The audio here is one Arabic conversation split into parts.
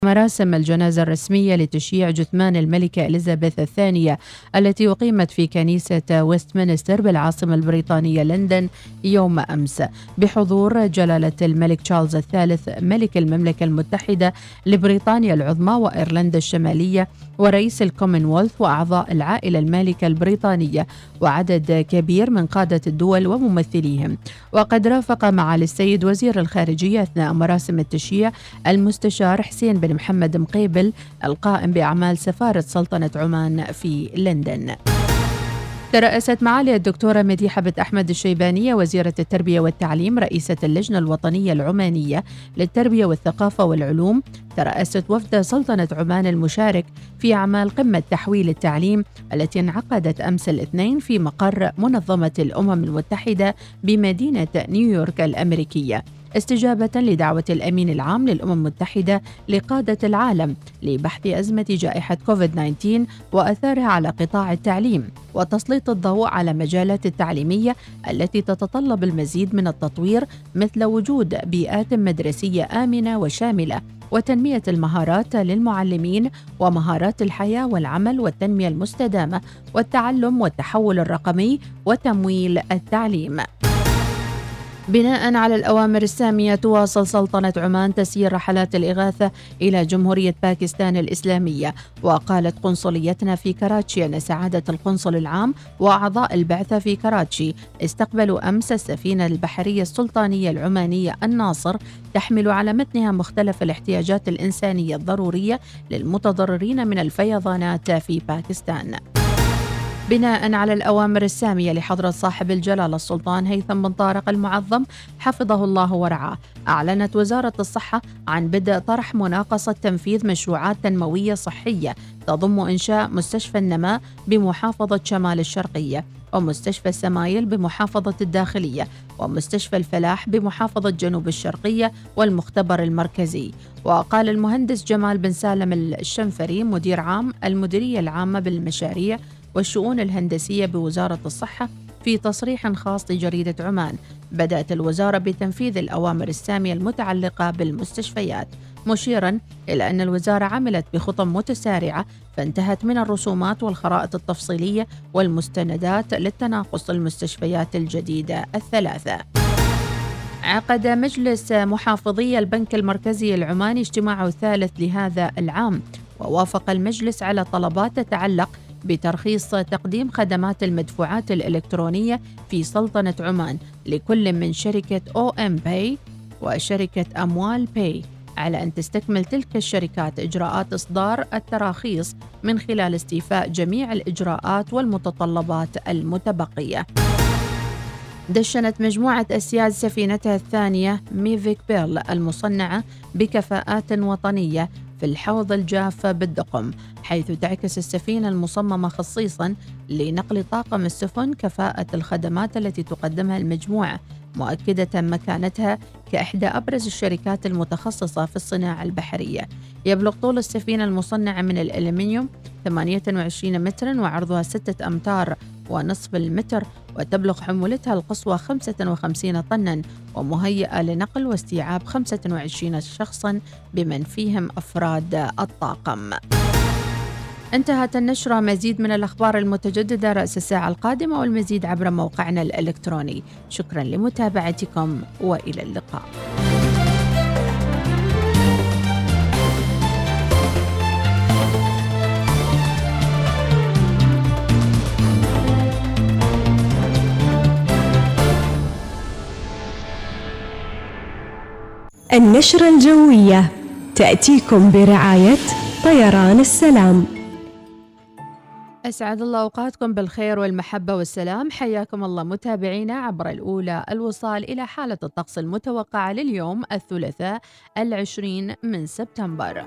مراسم الجنازة الرسمية لتشييع جثمان الملكة إليزابيث الثانية التي أقيمت في كنيسة ويستمنستر بالعاصمة البريطانية لندن يوم أمس بحضور جلالة الملك تشارلز الثالث ملك المملكة المتحدة لبريطانيا العظمى وإيرلندا الشمالية ورئيس الكومنولث وأعضاء العائلة المالكة البريطانية وعدد كبير من قادة الدول وممثليهم. وقد رافق معالي السيد وزير الخارجية أثناء مراسم التشييع المستشار حسين بن محمد مقيبل القائم بأعمال سفارة سلطنة عمان في لندن. ترأست معالي الدكتورة مديحة بنت أحمد الشيبانية وزيرة التربية والتعليم رئيسة اللجنة الوطنية العمانية للتربية والثقافة والعلوم ترأست وفد سلطنة عمان المشارك في أعمال قمة تحويل التعليم التي انعقدت أمس الاثنين في مقر منظمة الأمم المتحدة بمدينة نيويورك الأمريكية استجابة لدعوة الأمين العام للأمم المتحدة لقادة العالم لبحث أزمة جائحة كوفيد-19 وأثارها على قطاع التعليم وتسليط الضوء على مجالات التعليمية التي تتطلب المزيد من التطوير مثل وجود بيئات مدرسية آمنة وشاملة وتنمية المهارات للمعلمين ومهارات الحياة والعمل والتنمية المستدامة والتعلم والتحول الرقمي وتمويل التعليم. بناء على الأوامر السامية تواصل سلطنة عمان تسيير رحلات الإغاثة إلى جمهورية باكستان الإسلامية. وقالت قنصليتنا في كراتشي أن سعادة القنصل العام وأعضاء البعثة في كراتشي استقبلوا أمس السفينة البحرية السلطانية العمانية الناصر تحمل على متنها مختلف الاحتياجات الإنسانية الضرورية للمتضررين من الفيضانات في باكستان. بناء على الأوامر السامية لحضرة صاحب الجلالة السلطان هيثم بن طارق المعظم حفظه الله ورعاه، أعلنت وزارة الصحة عن بدء طرح مناقصة تنفيذ مشروعات تنموية صحية تضم إنشاء مستشفى النماء بمحافظة شمال الشرقية ومستشفى السمايل بمحافظة الداخلية ومستشفى الفلاح بمحافظة جنوب الشرقية والمختبر المركزي. وقال المهندس جمال بن سالم الشنفري مدير عام المديرية العامة بالمشاريع والشؤون الهندسية بوزارة الصحة في تصريح خاص لجريدة عمان، بدأت الوزارة بتنفيذ الأوامر السامية المتعلقة بالمستشفيات، مشيرا إلى أن الوزارة عملت بخطى متسارعة فانتهت من الرسومات والخرائط التفصيلية والمستندات للتناقص المستشفيات الجديدة الثلاثة. عقد مجلس محافظي البنك المركزي العماني اجتماعه الثالث لهذا العام، ووافق المجلس على طلبات تتعلق بترخيص تقديم خدمات المدفوعات الإلكترونية في سلطنة عمان لكل من شركة OM Pay وشركة أموال باي، على أن تستكمل تلك الشركات إجراءات إصدار التراخيص من خلال استيفاء جميع الإجراءات والمتطلبات المتبقية. دشنت مجموعة أسياد سفينتها الثانية ميفيك بيرل المصنعة بكفاءات وطنية في الحوض الجاف بالدقم، حيث تعكس السفينة المصممة خصيصاً لنقل طاقم السفن كفاءة الخدمات التي تقدمها المجموعة، مؤكدة مكانتها كإحدى أبرز الشركات المتخصصة في الصناعة البحرية. يبلغ طول السفينة المصنعة من الألمنيوم 28 متراً وعرضها 6 أمتار ونصف المتر، وتبلغ حمولتها القصوى 55 طناً، ومهيئة لنقل واستيعاب 25 شخصاً بمن فيهم أفراد الطاقم. انتهت النشرة. مزيد من الأخبار المتجددة رأس الساعة القادمة والمزيد عبر موقعنا الإلكتروني. شكرا لمتابعتكم وإلى اللقاء. النشرة الجوية تأتيكم برعاية طيران السلام. أسعد الله أوقاتكم بالخير والمحبة والسلام. حياكم الله متابعينا عبر الأولى الوصال إلى حالة الطقس المتوقعة لليوم الثلاثاء 20 من سبتمبر.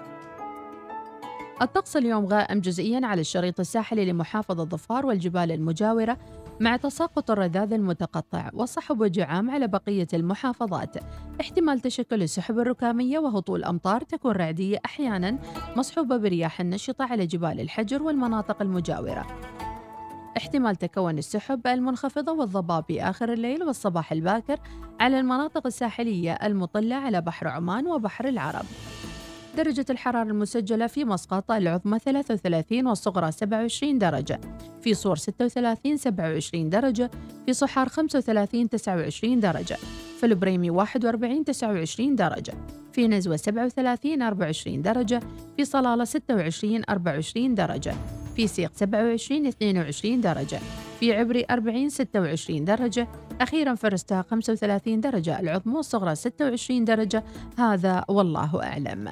الطقس اليوم غائم جزئيا على الشريط الساحلي لمحافظة ظفار والجبال المجاورة مع تساقط الرذاذ المتقطع وصحب وجعام على بقية المحافظات. احتمال تشكل السحب الركامية وهطول أمطار تكون رعدية أحيانا مصحوبة برياح نشطة على جبال الحجر والمناطق المجاورة. احتمال تكون السحب المنخفضة والضباب آخر الليل والصباح الباكر على المناطق الساحلية المطلة على بحر عمان وبحر العرب. درجة الحرارة المسجلة في مسقط العظمى 33 والصغرى 27 درجة، في صور 36 27 درجة، في صحار 35 29 درجة، في البريمي 41 29 درجة، في نزوة 37 24 درجة، في صلالة 26 24 درجة، في سيق 27 22 درجة، في عبري 40 26 درجة، أخيراً في رستاق 35 درجة، العظمى والصغرى 26 درجة. هذا والله أعلم.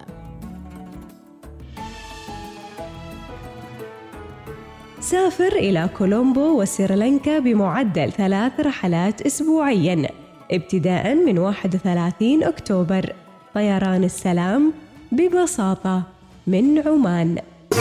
سافر إلى كولومبو وسريلانكا بمعدل 3 رحلات أسبوعياً ابتداءً من 31 أكتوبر. طيران السلام ببساطة من عمان.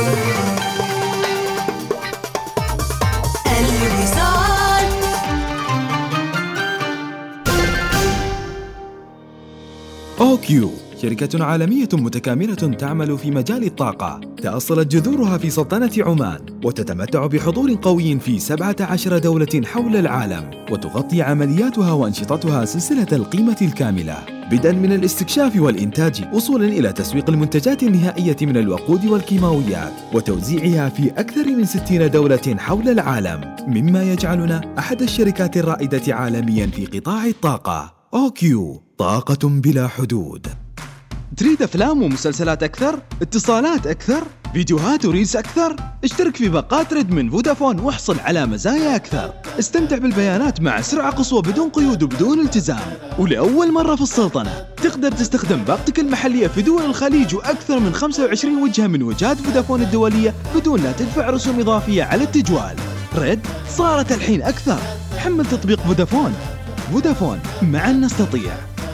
OQ شركة عالمية متكاملة تعمل في مجال الطاقة، تأصلت جذورها في سلطنة عمان وتتمتع بحضور قوي في 17 دولة حول العالم، وتغطي عملياتها وأنشطتها سلسلة القيمة الكاملة، بدءاً من الاستكشاف والإنتاج وصولاً إلى تسويق المنتجات النهائية من الوقود والكيماويات وتوزيعها في أكثر من 60 دولة حول العالم، مما يجعلنا أحد الشركات الرائدة عالمياً في قطاع الطاقة. OQ طاقة بلا حدود. تريد أفلام ومسلسلات أكثر؟ اتصالات أكثر؟ فيديوهات وريلز أكثر؟ اشترك في باقات ريد من فودافون واحصل على مزايا أكثر. استمتع بالبيانات مع سرعة قصوى بدون قيود وبدون التزام، ولأول مرة في السلطنة تقدر تستخدم باقتك المحلية في دول الخليج وأكثر من 25 وجهة من وجهات فودافون الدولية بدون لا تدفع رسوم إضافية على التجوال. ريد صارت الحين أكثر. حمل تطبيق فودافون. فودافون، معا نستطيع.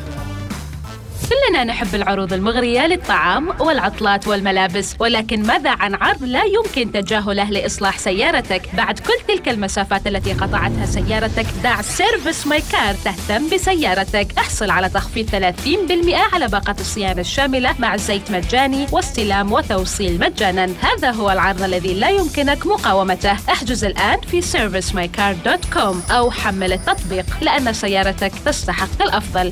كلنا نحب العروض المغرية للطعام والعطلات والملابس، ولكن ماذا عن عرض لا يمكن تجاهله لإصلاح سيارتك؟ بعد كل تلك المسافات التي قطعتها سيارتك، دع سيرفيس ماي كار تهتم بسيارتك. احصل على تخفيض 30% على باقة الصيانة الشاملة مع زيت مجاني واستلام وتوصيل مجانا. هذا هو العرض الذي لا يمكنك مقاومته. احجز الآن في servicemycar.com أو حمل التطبيق، لأن سيارتك تستحق الأفضل.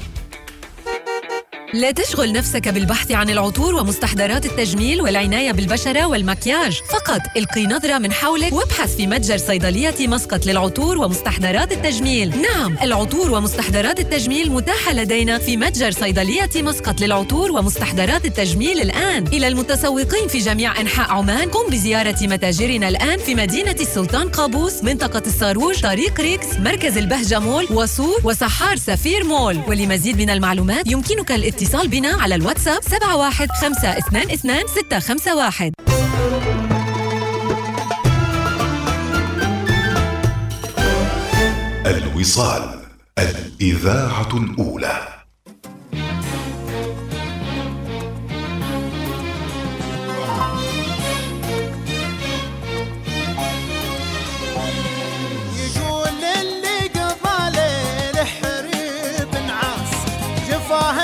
لا تشغل نفسك بالبحث عن العطور ومستحضرات التجميل والعناية بالبشرة والمكياج، فقط القي نظرة من حولك وابحث في متجر صيدلية مسقط للعطور ومستحضرات التجميل. نعم، العطور ومستحضرات التجميل متاحة لدينا في متجر صيدلية مسقط للعطور ومستحضرات التجميل الآن. إلى المتسوقين في جميع أنحاء عمان، قم بزيارة متاجرنا الآن في مدينة السلطان قابوس، منطقة الصاروج، طريق ريكس، مركز البهجة مول، وصور، وسحار سفير مول. ولمزيد من المعلومات يمكنك الاتصال بنا على الواتساب 71522651. الوصال، الإذاعة الأولى. يقول اللي قضى ليل حريب نعاس جفاه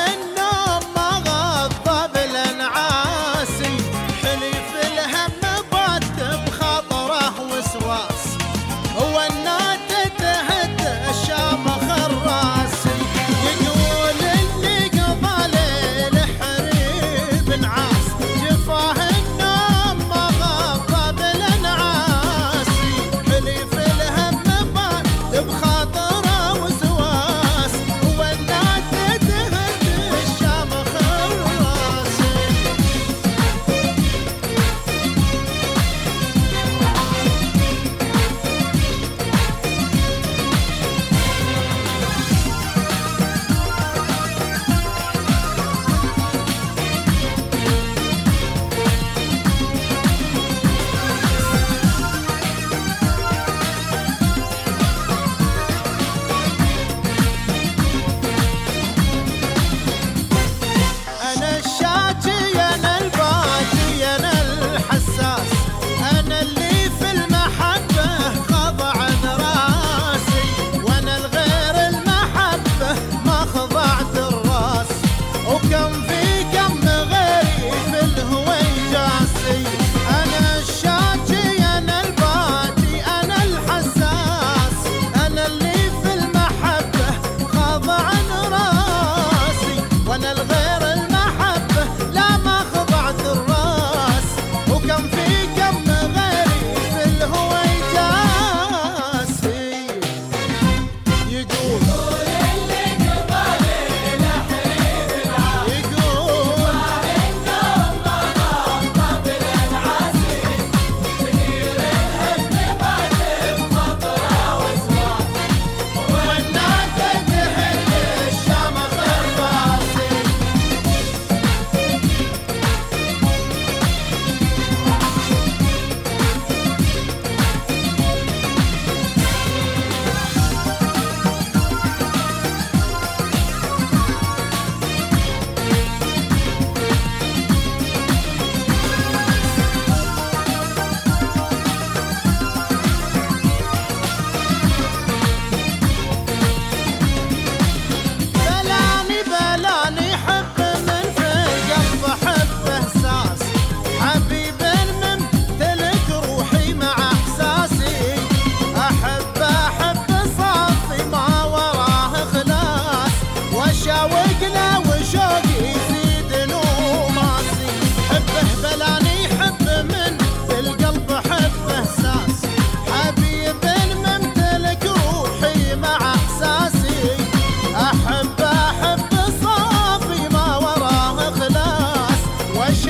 هو النات تهد الشام خراسي. يقول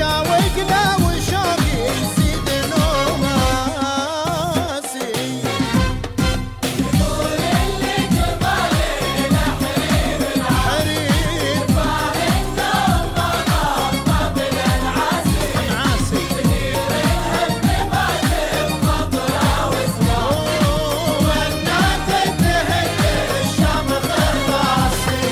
وقلا وشوقي يزيد نوماسي يقول اللي جمالي لحريم الحريم فاهم النوم مغطى بالعاسي كثير الهم بعد بخطرة وسواه والناس تهد الشمخ الراسي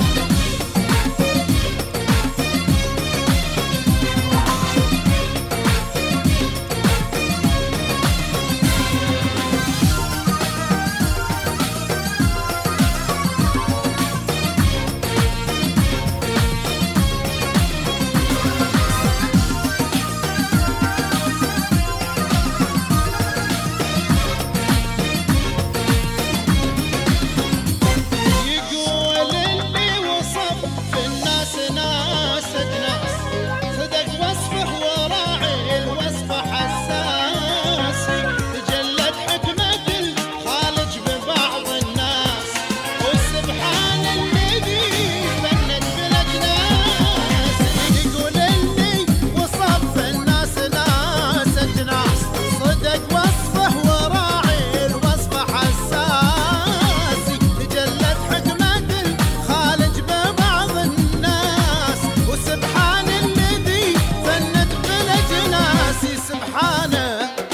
يقول اللي وصف في الناس ناس ناس صدق وصفه وراعي الوصف حساسي تجلت حكمة الخالج ببعض الناس والسبحان الذي فند بالاجناس يقول اللي وصف في الناس ناس ناس صدق وصفه وراعي الوصف حساسي تجلت حكمة الخالج ببعض الناس وسبحان الذي فند بالاجناس سبحانه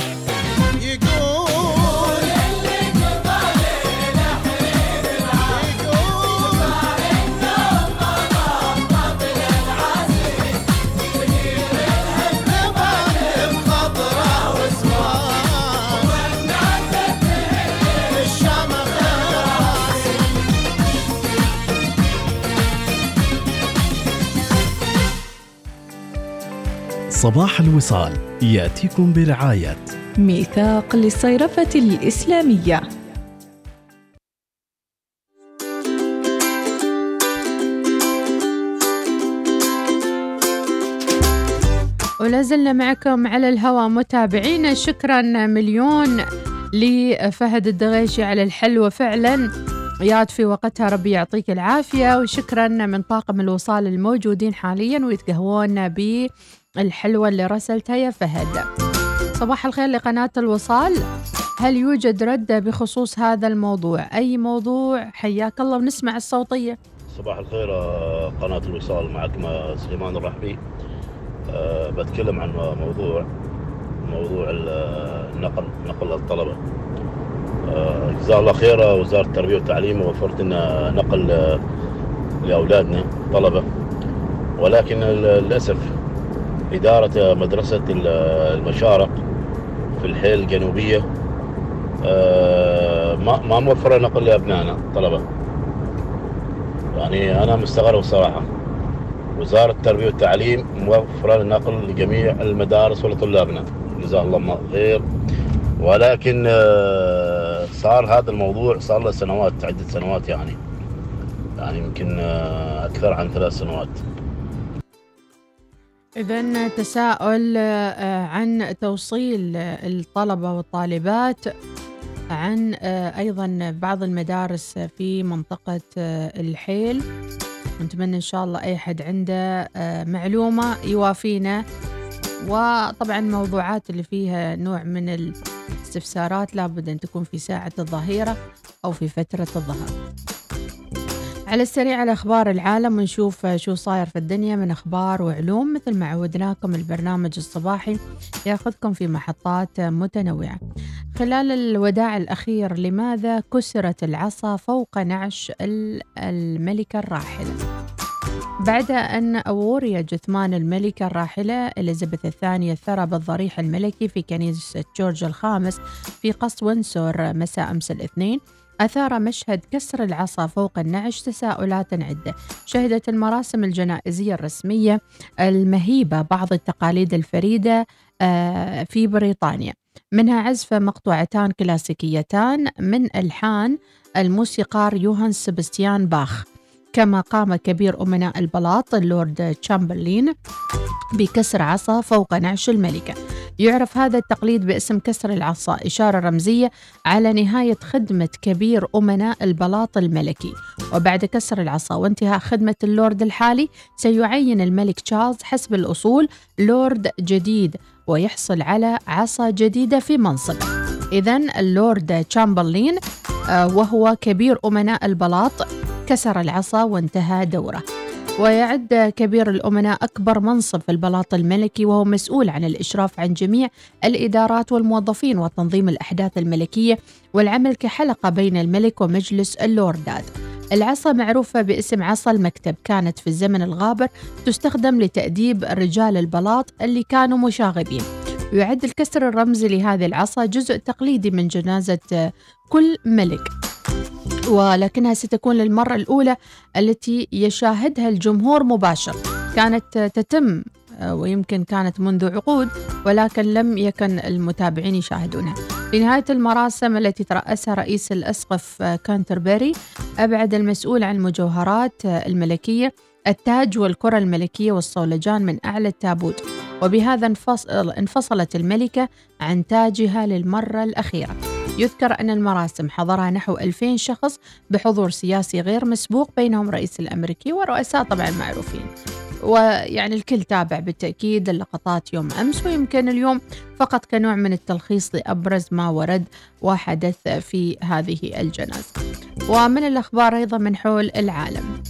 يقول اللي جمالي لحريم العاسي يقول النوم مغطى بالعاسي كثير الهم بعد بخطرة وسواه والناس تهد الشمخ الراسي صباح الوصال يأتيكم برعاية ميثاق للصيرفة الإسلامية. ولا زلنا معكم على الهواء متابعينا. شكرا مليون لفهد الدغيشي على الحلوة، فعلا ياد في وقتها، ربي يعطيك العافية. وشكرا من طاقم الوصال الموجودين حاليا ويتقهوون بالحلوة اللي رسلتها يا فهد. صباح الخير لقناة الوصال، هل يوجد ردة بخصوص هذا الموضوع؟ أي موضوع؟ حياك الله ونسمع الصوتية. صباح الخير قناة الوصال، معكم سليمان الرحبي. بتكلم عن موضوع نقل الطلبة. جزاه الله خير وزارة التربية والتعليم وفرت لنا نقل لأولادنا طلبة، ولكن للأسف إدارة مدرسة المشارق في الحيل الجنوبية ما موفرة نقل لأبنائنا طلبة. يعني أنا مستغرب صراحة. وزارة التربية والتعليم موفرة النقل لجميع المدارس ولطلابنا، جزاه الله خير. ولكن صار هذا الموضوع صار له سنوات، عدة سنوات، يعني يمكن أكثر عن 3 سنوات. إذن تساؤل عن توصيل الطلبة والطالبات عن أيضا بعض المدارس في منطقة الحيل. نتمنى إن شاء الله أي حد عنده معلومة يوافينا. وطبعا الموضوعات اللي فيها نوع من الاستفسارات لابد أن تكون في ساعة الظهيرة أو في فترة الظهر. على السريع على أخبار العالم ونشوف شو صاير في الدنيا من أخبار وعلوم. مثل ما عودناكم البرنامج الصباحي يأخذكم في محطات متنوعة. خلال الوداع الأخير، لماذا كسرت العصا فوق نعش الملكة الراحلة؟ بعد أن وري جثمان الملكة الراحلة إليزابيث الثانية الثرى بالضريح الملكي في كنيسة جورج الخامس في قصر وينسور مساء أمس الاثنين، أثار مشهد كسر العصا فوق النعش تساؤلات عدة. شهدت المراسم الجنائزية الرسمية المهيبة بعض التقاليد الفريدة في بريطانيا، منها عزف مقطوعتان كلاسيكيتان من ألحان الموسيقار يوهان سبستيان باخ كما قام كبير أمناء البلاط اللورد تشامبرلين بكسر عصا فوق نعش الملكة. يعرف هذا التقليد باسم كسر العصا، إشارة رمزية على نهاية خدمة كبير أمناء البلاط الملكي. وبعد كسر العصا وانتهاء خدمة اللورد الحالي سيعين الملك تشارلز حسب الأصول لورد جديد ويحصل على عصا جديدة في منصب. إذن اللورد تشامبرلين وهو كبير أمناء البلاط كسر العصا وانتهى دوره. ويعد كبير الأمناء أكبر منصب في البلاط الملكي، وهو مسؤول عن الإشراف عن جميع الإدارات والموظفين وتنظيم الأحداث الملكية والعمل كحلقة بين الملك ومجلس اللوردات. العصا معروفة باسم عصا المكتب، كانت في الزمن الغابر تستخدم لتأديب رجال البلاط اللي كانوا مشاغبين. ويعد الكسر الرمزي لهذه العصا جزء تقليدي من جنازة كل ملك، ولكنها ستكون للمرة الأولى التي يشاهدها الجمهور مباشر. كانت تتم ويمكن كانت منذ عقود، ولكن لم يكن المتابعين يشاهدونها. في نهاية المراسم التي ترأسها رئيس الأسقف كانتربري، أبعد المسؤول عن المجوهرات الملكية التاج والكرة الملكية والصولجان من أعلى التابوت، وبهذا انفصلت الملكة عن تاجها للمرة الأخيرة. يذكر أن المراسم حضرها نحو 2000 شخص بحضور سياسي غير مسبوق، بينهم الرئيس الأمريكي ورؤساء طبعا معروفين. ويعني الكل تابع بالتأكيد اللقطات يوم أمس، ويمكن اليوم فقط كنوع من التلخيص لأبرز ما ورد وحدث في هذه الجنازة. ومن الأخبار أيضا من حول العالم،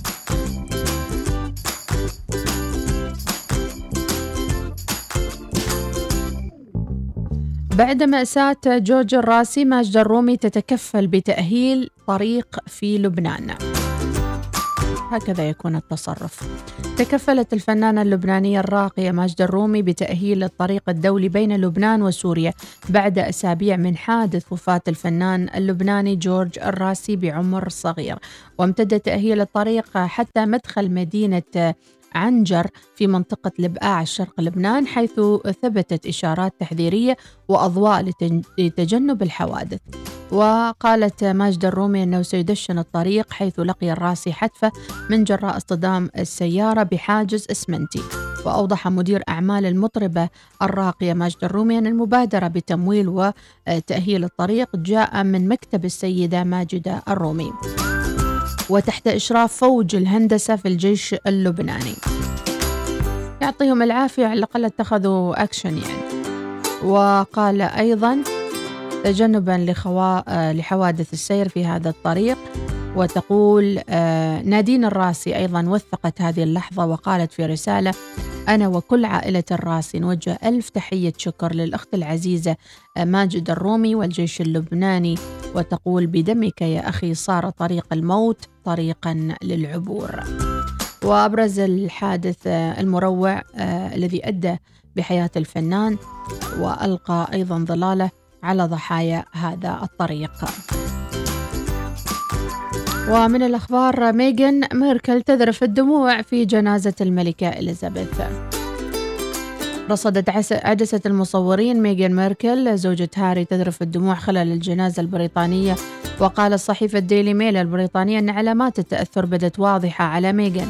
بعد مأساة جورج الراسي ماجدة الرومي تتكفل بتأهيل طريق في لبنان. هكذا يكون التصرف. تكفلت الفنانة اللبنانية الراقية ماجدة الرومي بتأهيل الطريق الدولي بين لبنان وسوريا بعد أسابيع من حادث وفاة الفنان اللبناني جورج الراسي بعمر صغير. وامتد تأهيل الطريق حتى مدخل مدينة عنجر في منطقة لبقاع الشرق لبنان، حيث ثبتت إشارات تحذيرية وأضواء لتجنب الحوادث. وقالت ماجدة الرومي أنه سيدشن الطريق، حيث لقي الراسي حتفة من جراء اصطدام السيارة بحاجز إسمنتي. وأوضح مدير أعمال المطربة الراقية ماجدة الرومي أن المبادرة بتمويل وتأهيل الطريق جاء من مكتب السيدة ماجدة الرومي وتحت إشراف فوج الهندسة في الجيش اللبناني. يعطيهم العافية، على الأقل اتخذوا أكشن يعني. وقال أيضا تجنبا لحوادث السير في هذا الطريق. وتقول نادين الراسي أيضا وثقت هذه اللحظة وقالت في رسالة: أنا وكل عائلة الراسي نوجه ألف تحية شكر للأخت العزيزة ماجدة الرومي والجيش اللبناني. وتقول: بدمك يا أخي صار طريق الموت طريقا للعبور. وأبرز الحادث المروع الذي أدى بحياة الفنان وألقى أيضا ظلاله على ضحايا هذا الطريق. ومن الأخبار، ميغان ميركل تذرف الدموع في جنازة الملكة إليزابيث. رصدت عدسة المصورين ميغان ميركل زوجة هاري تذرف الدموع خلال الجنازة البريطانية. وقالت صحيفة ديلي ميل البريطانية أن علامات التأثر بدت واضحة على ميغان.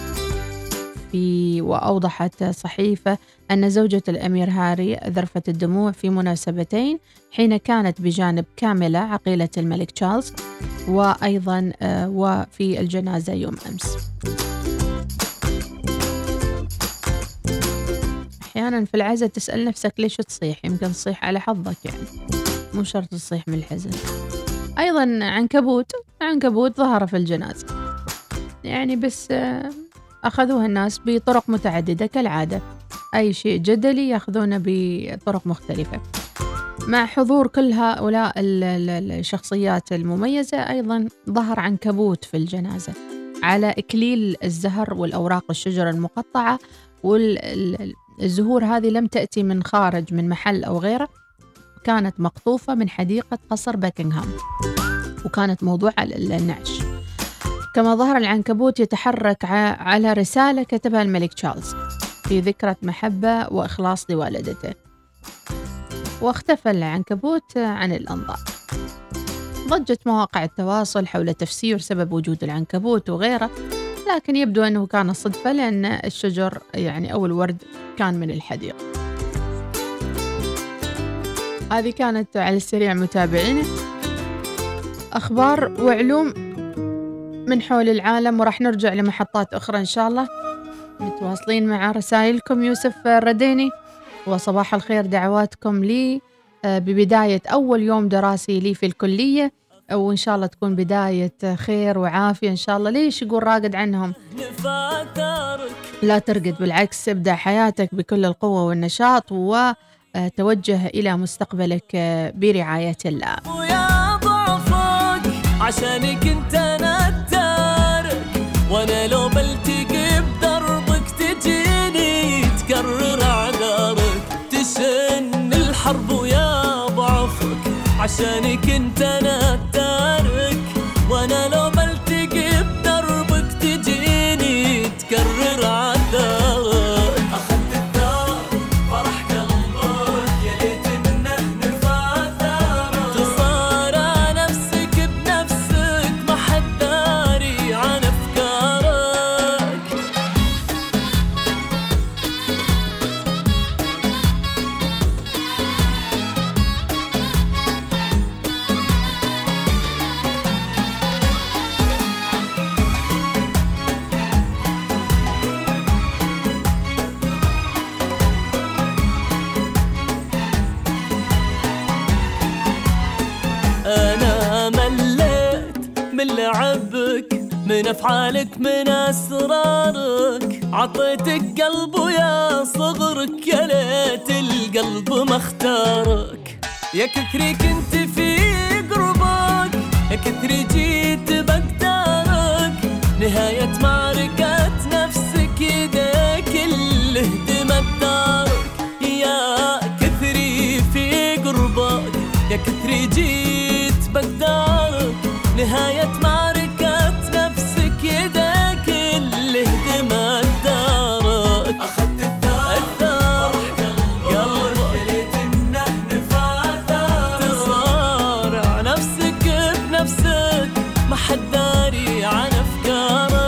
وأوضحت صحيفة أن زوجة الأمير هاري ذرفت الدموع في مناسبتين، حين كانت بجانب كاميلا عقيلة الملك تشارلز، وأيضا وفي الجنازة يوم أمس. أحيانا في العزة تسأل نفسك ليش تصيح، يمكن تصيح على حظك يعني، مو شرط تصيح من الحزن. أيضا عنكبوت ظهر في الجنازة يعني، بس أخذوها الناس بطرق متعددة كالعادة، أي شيء جدلي يأخذونه بطرق مختلفة. مع حضور كل هؤلاء الشخصيات المميزة، أيضا ظهر عنكبوت في الجنازة على إكليل الزهر والأوراق الشجر المقطعة. والزهور هذه لم تأتي من خارج من محل أو غيره، كانت مقطوفة من حديقة قصر باكنغهام، وكانت موضوع على النعش. كما ظهر العنكبوت يتحرك على رسالة كتبها الملك تشارلز في ذكرى محبة وإخلاص لوالدته. واختفى العنكبوت عن الأنظار. ضجت مواقع التواصل حول تفسير سبب وجود العنكبوت وغيره، لكن يبدو أنه كان صدفة لأن الشجر يعني أو الورد كان من الحديقة. هذه كانت على السريع متابعيني أخبار وعلوم من حول العالم، وراح نرجع لمحطات أخرى إن شاء الله. متواصلين مع رسائلكم. يوسف الرديني، وصباح الخير، دعواتكم لي ببداية أول يوم دراسي لي في الكلية، وإن شاء الله تكون بداية خير وعافية إن شاء الله. ليش يقول راقد عنهم؟ لا ترقد، بالعكس ابدأ حياتك بكل القوة والنشاط وتوجه إلى مستقبلك برعاية الله. ويا ضعفك عشانك انت نتارك، وانا لو بلتقي بدربك تجيني تكرر اعذارك، تشن الحرب ويا ضعفك عشانك انت نتارك، وانا لو بلتقي بدربك تجيني تكرر اعذارك. اخذت الدار فرح قلبك يا ليت انه نفات دارك، تصارى نفسك بنفسك ما حد داري عن افكارك. أنا مليت من لعبك، من أفعالك، من أسرارك، عطيتك قلب ويا صغرك يا ليت القلب ما اختارك. يا كثري كنت في قربك، يا كثري جيت بقدارك، نهاية معركة نفسك يديك اللي هدمت دارك. يا كثري في قربك، يا كثري جيت بقدارك، نهاية معركة نفسك يدك اللي هدمت دارك. أخذت الدار فرح قلبك يا ليت إنه نفات دارك، تصارع نفسك بنفسك ما حد داري عن أفكارك.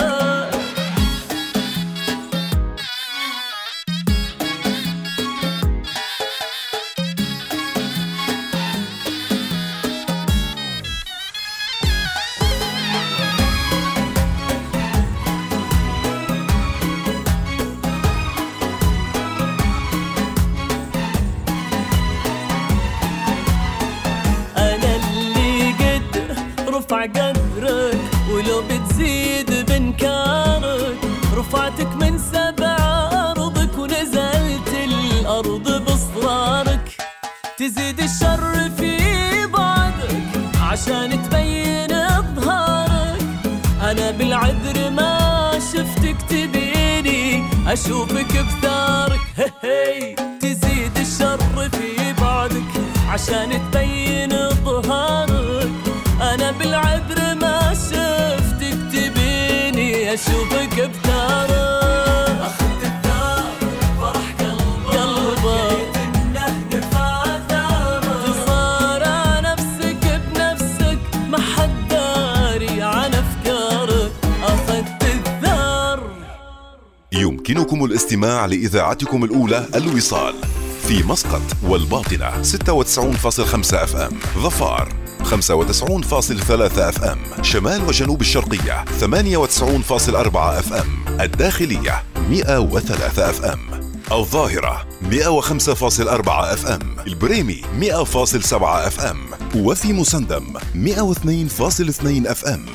رفع قدرك ولو بتزيد بنكارك، رفعتك من 7 أرضك ونزلت الأرض بإصرارك، تزيد الشر في بعدك عشان تبين إظهارك. أنا بالعذر ما شفتك تبيني أشوفك بثارك، هي تزيد الشر في بعدك عشان تبين إظهارك. أنا بالعذر ما شفتك تبيني أشوفك بثارك. أخذت الدار فرح قلبك إنه نفات دارك، تصارى نفسك بنفسك ما حد داري عن أفكارك. أخذت الدار. يمكنكم الاستماع لإذاعتكم الأولى الوصال في مسقط والباطنة 96.5 FM، ظفار 95.3 FM، شمال وجنوب الشرقية 98.4 FM، الداخلية 103 FM، الظاهرة 105.4 FM، البريمي 100.7 FM، وفي مسندم 102.2 FM.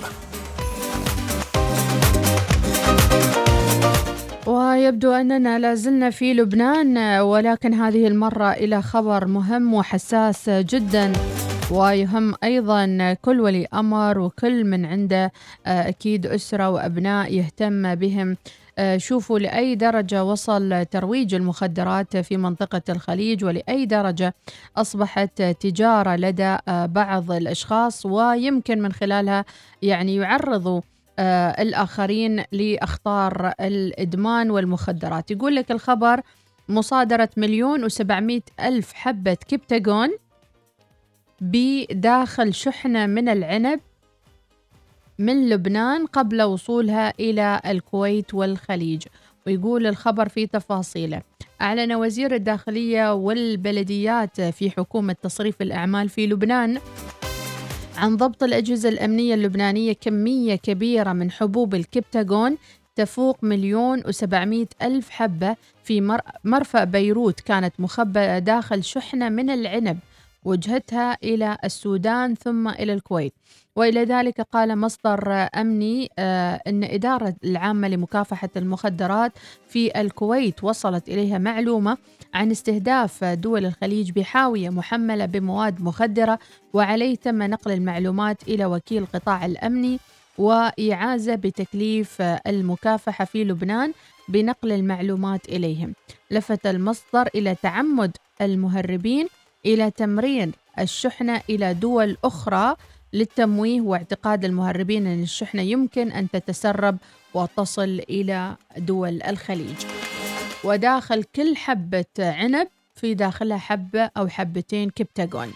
ويبدو أننا لازلنا في لبنان، ولكن هذه المرة إلى خبر مهم وحساس جدا، ويهم أيضا كل ولي أمر وكل من عنده أكيد أسرة وأبناء يهتم بهم. شوفوا لأي درجة وصل ترويج المخدرات في منطقة الخليج، ولأي درجة أصبحت تجارة لدى بعض الأشخاص، ويمكن من خلالها يعني يعرضوا الآخرين لأخطار الإدمان والمخدرات. يقول لك الخبر: مصادرة 1,700,000 حبة كبتاغون بداخل شحنة من العنب من لبنان قبل وصولها إلى الكويت والخليج. ويقول الخبر في تفاصيله: أعلن وزير الداخلية والبلديات في حكومة تصريف الأعمال في لبنان عن ضبط الأجهزة الأمنية اللبنانية كمية كبيرة من حبوب الكبتاغون تفوق 1,700,000 حبة في مرفأ بيروت، كانت مخبأة داخل شحنة من العنب وجهتها إلى السودان ثم إلى الكويت. وإلى ذلك قال مصدر أمني أن إدارة العامة لمكافحة المخدرات في الكويت وصلت إليها معلومة عن استهداف دول الخليج بحاوية محملة بمواد مخدرة، وعليه تم نقل المعلومات إلى وكيل القطاع الأمني وإعازة بتكليف المكافحة في لبنان بنقل المعلومات إليهم. لفت المصدر إلى تعمد المهربين إلى تمرير الشحنة إلى دول أخرى للتمويه، واعتقاد المهربين أن الشحنة يمكن أن تتسرب وتصل إلى دول الخليج. وداخل كل حبة عنب في داخلها حبة أو حبتين كبتاغون.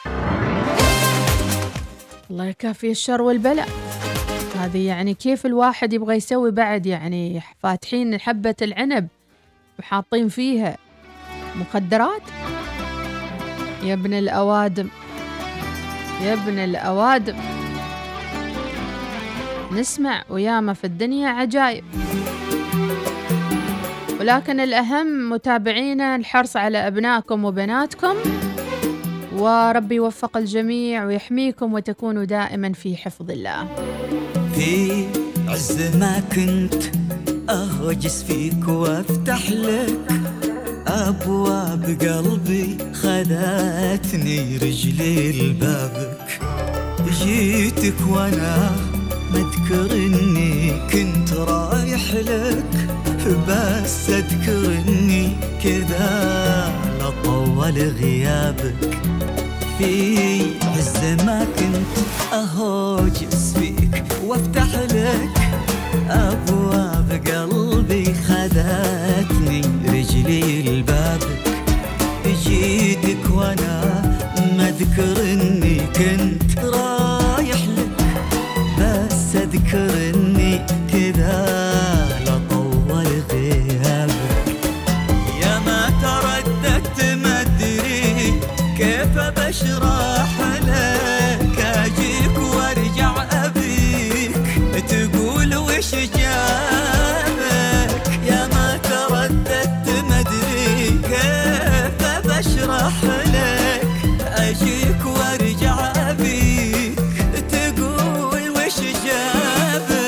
الله يكافي الشر والبلاء. هذه يعني كيف الواحد يبغى يسوي بعد؟ يعني فاتحين حبة العنب وحاطين فيها مخدرات. يا ابن الأوادم، يا ابن الأوادم، نسمع وياما في الدنيا عجائب، ولكن الأهم متابعينا الحرص على أبنائكم وبناتكم، وربي يوفق الجميع ويحميكم وتكونوا دائما في حفظ الله. في عز ما كنت أهوجس فيك وافتح لك أبواب قلبي، خذتني رجلي لبابك، جيتك وانا مذكر اني كنت رايح لك، بس اذكر اني كذا لطول غيابك. في عز ما كنت أهوجس فيك وافتح لك أبواب قلبي، خذتني رجلي لبابك، جيتك وانا مذكر اني كنت رايح لك، بس اذكر اني كذا لطول غيابك. يا ما ترددت ما ادري كيف بشرح لك، اجيك وارجع ابيك تقول وش جابك. يا ما ترددت ما ادري كيف بشرح لك، اجيك وارجع ابيك تقول وش جابك.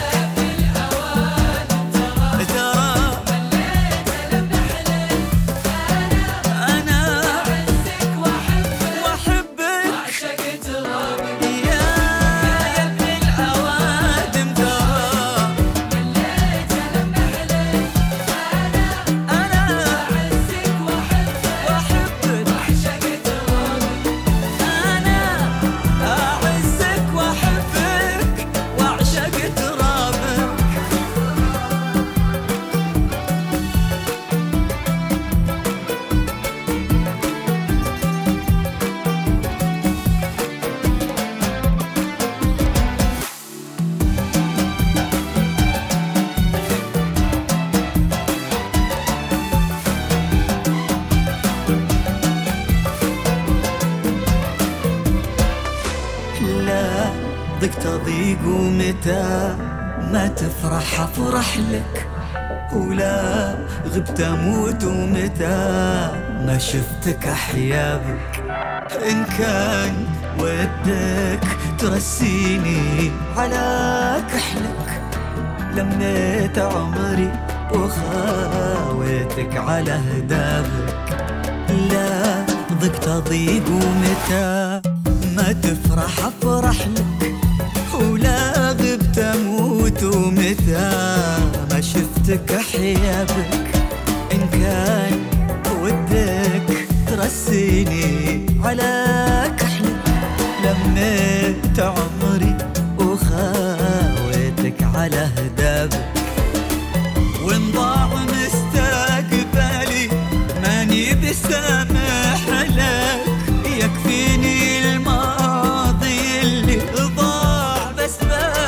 تضيق ومتى ما تفرح أفرح لك، ولا غبت أموت ومتى ما شفتك أحيا بك. إن كان ودك ترسيني على كحلك، لميت عمري وخاويتك على هدابك. لا ضقت أضيق ومتى ما تفرح أفرح لك، ولا غبت أموت ومتى ما شفتك أحيا بك. إن كان ودك ترسيني على كحلك، لميت عمري وخاويتك على هدابك. وإن ضاع مستقبلي ماني بسامح لك، يكفيني الماضي اللي ضاع بس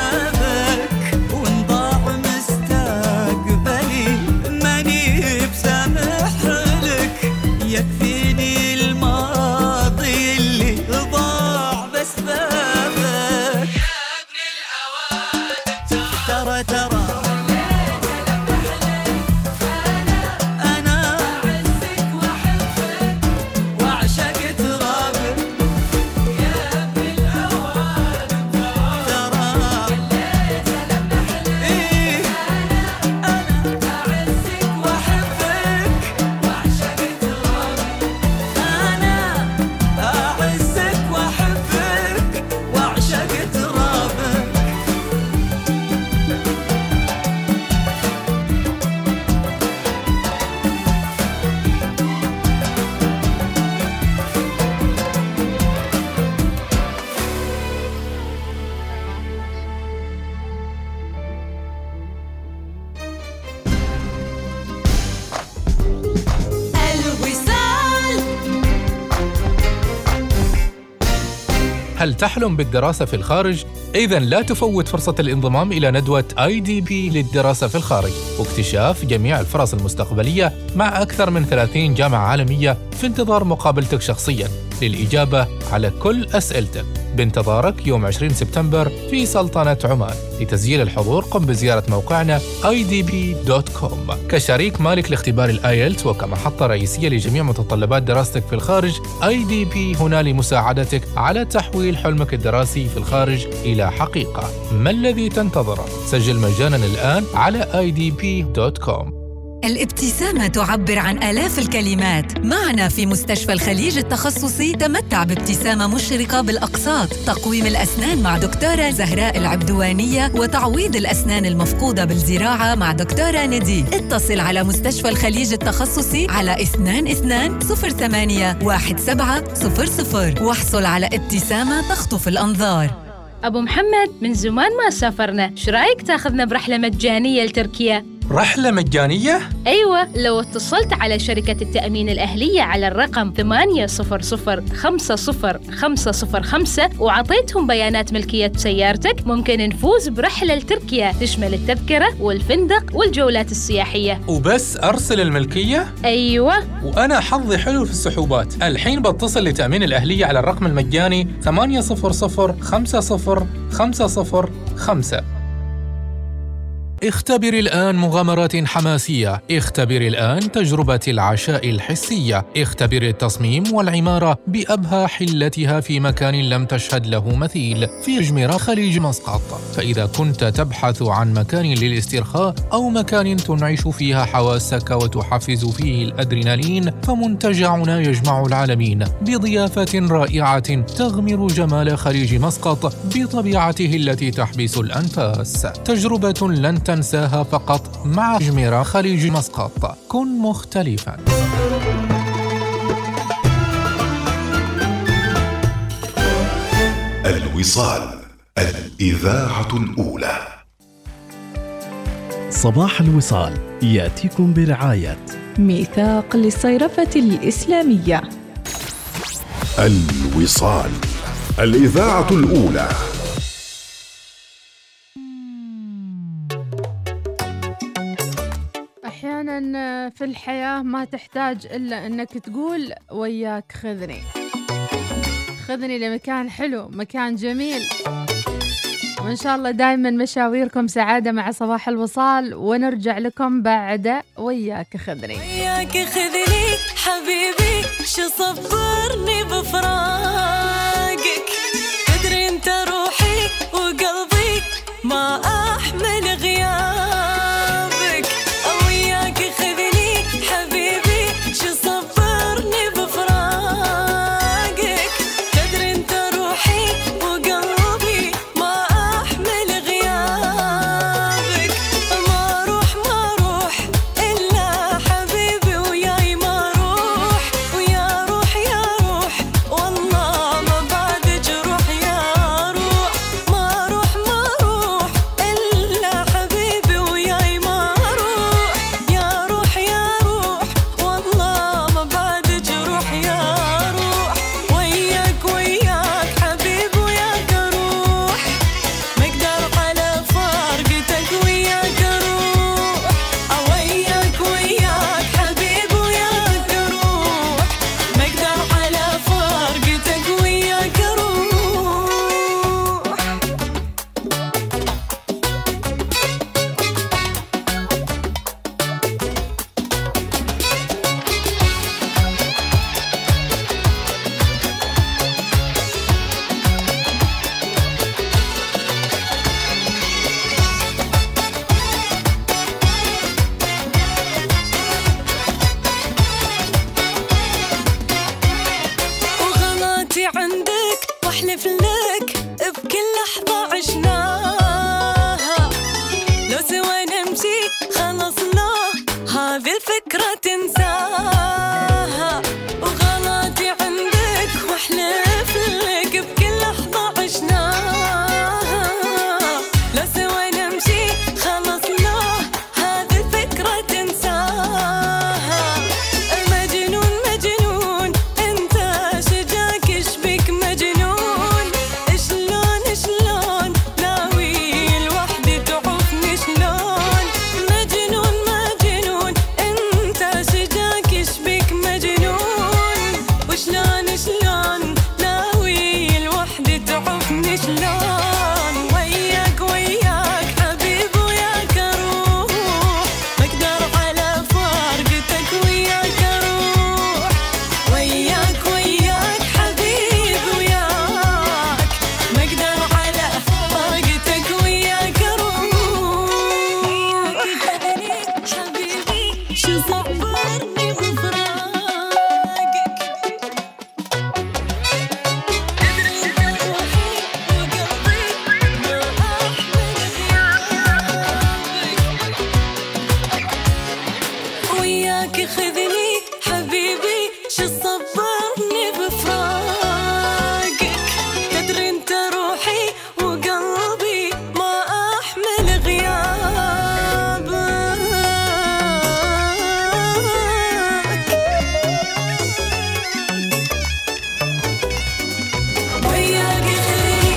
هل تحلم بالدراسة في الخارج؟ إذن لا تفوت فرصة الانضمام إلى ندوة IDP للدراسة في الخارج واكتشاف جميع الفرص المستقبلية مع أكثر من 30 جامعة عالمية في انتظار مقابلتك شخصياً للإجابة على كل أسئلتك. بانتظارك يوم 20 سبتمبر في سلطنة عمان. لتسجيل الحضور قم بزيارة موقعنا idp.com. كشريك مالك لاختبار الآيلتس وكمحطة رئيسية لجميع متطلبات دراستك في الخارج، IDP هنا لمساعدتك على تحويل حلمك الدراسي في الخارج إلى حقيقة. ما الذي تنتظره؟ سجل مجانا الآن على idp.com. الابتسامة تعبر عن آلاف الكلمات. معنا في مستشفى الخليج التخصصي تمتع بابتسامة مشرقة بالأقساط، تقويم الأسنان مع دكتورة زهراء العبدوانية وتعويض الأسنان المفقودة بالزراعة مع دكتورة ندي. اتصل على مستشفى الخليج التخصصي على 22081700 واحصل على ابتسامة تخطف الأنظار. أبو محمد، من زمان ما سافرنا، شو رأيك تاخذنا برحلة مجانية لتركيا؟ رحلة مجانية؟ أيوة، لو اتصلت على شركة التأمين الأهلية على الرقم 800-50505 وعطيتهم بيانات ملكية سيارتك، ممكن نفوز برحلة لتركيا تشمل التذكرة والفندق والجولات السياحية. وبس أرسل الملكية؟ أيوة. وأنا حظي حلو في السحوبات. الحين بتصل لتأمين الأهلية على الرقم المجاني 800-50505. اختبر الآن مغامرات حماسية، اختبر الآن تجربة العشاء الحسية، اختبر التصميم والعمارة بأبهى حلتها في مكان لم تشهد له مثيل في جميرة خليج مسقط. فإذا كنت تبحث عن مكان للاسترخاء أو مكان تنعش فيها حواسك وتحفز فيه الأدرينالين، فمنتجعنا يجمع العالمين بضيافة رائعة تغمر جمال خليج مسقط بطبيعته التي تحبس الأنفاس. تجربة لن تنساها فقط مع جميرة خليج مسقط. كن مختلفاً. الوصال، الإذاعة الأولى. صباح الوصال يأتيكم برعاية ميثاق للصيرفة الإسلامية. الوصال، الإذاعة الأولى. أحياناً في الحياة ما تحتاج إلا أنك تقول وياك خذني لمكان حلو، مكان جميل. وإن شاء الله دايماً مشاويركم سعادة مع صباح الوصال، ونرجع لكم بعد وياك خذني. وياك خذني حبيبي، شو صبرني بفراقك، تدري انت روحي وقلبي ما أحمل غيابك. وياك خذني حبيبي، شو صبرني بفراقك، تدري انت روحي وقلبي ما أحمل غيابك. ما روح إلا حبيبي وياي، ما روح ويا روح يا روح والله شو صبرني بفراقك تدري انت روحي وقلبي ما احمل غيابك وياك خليني.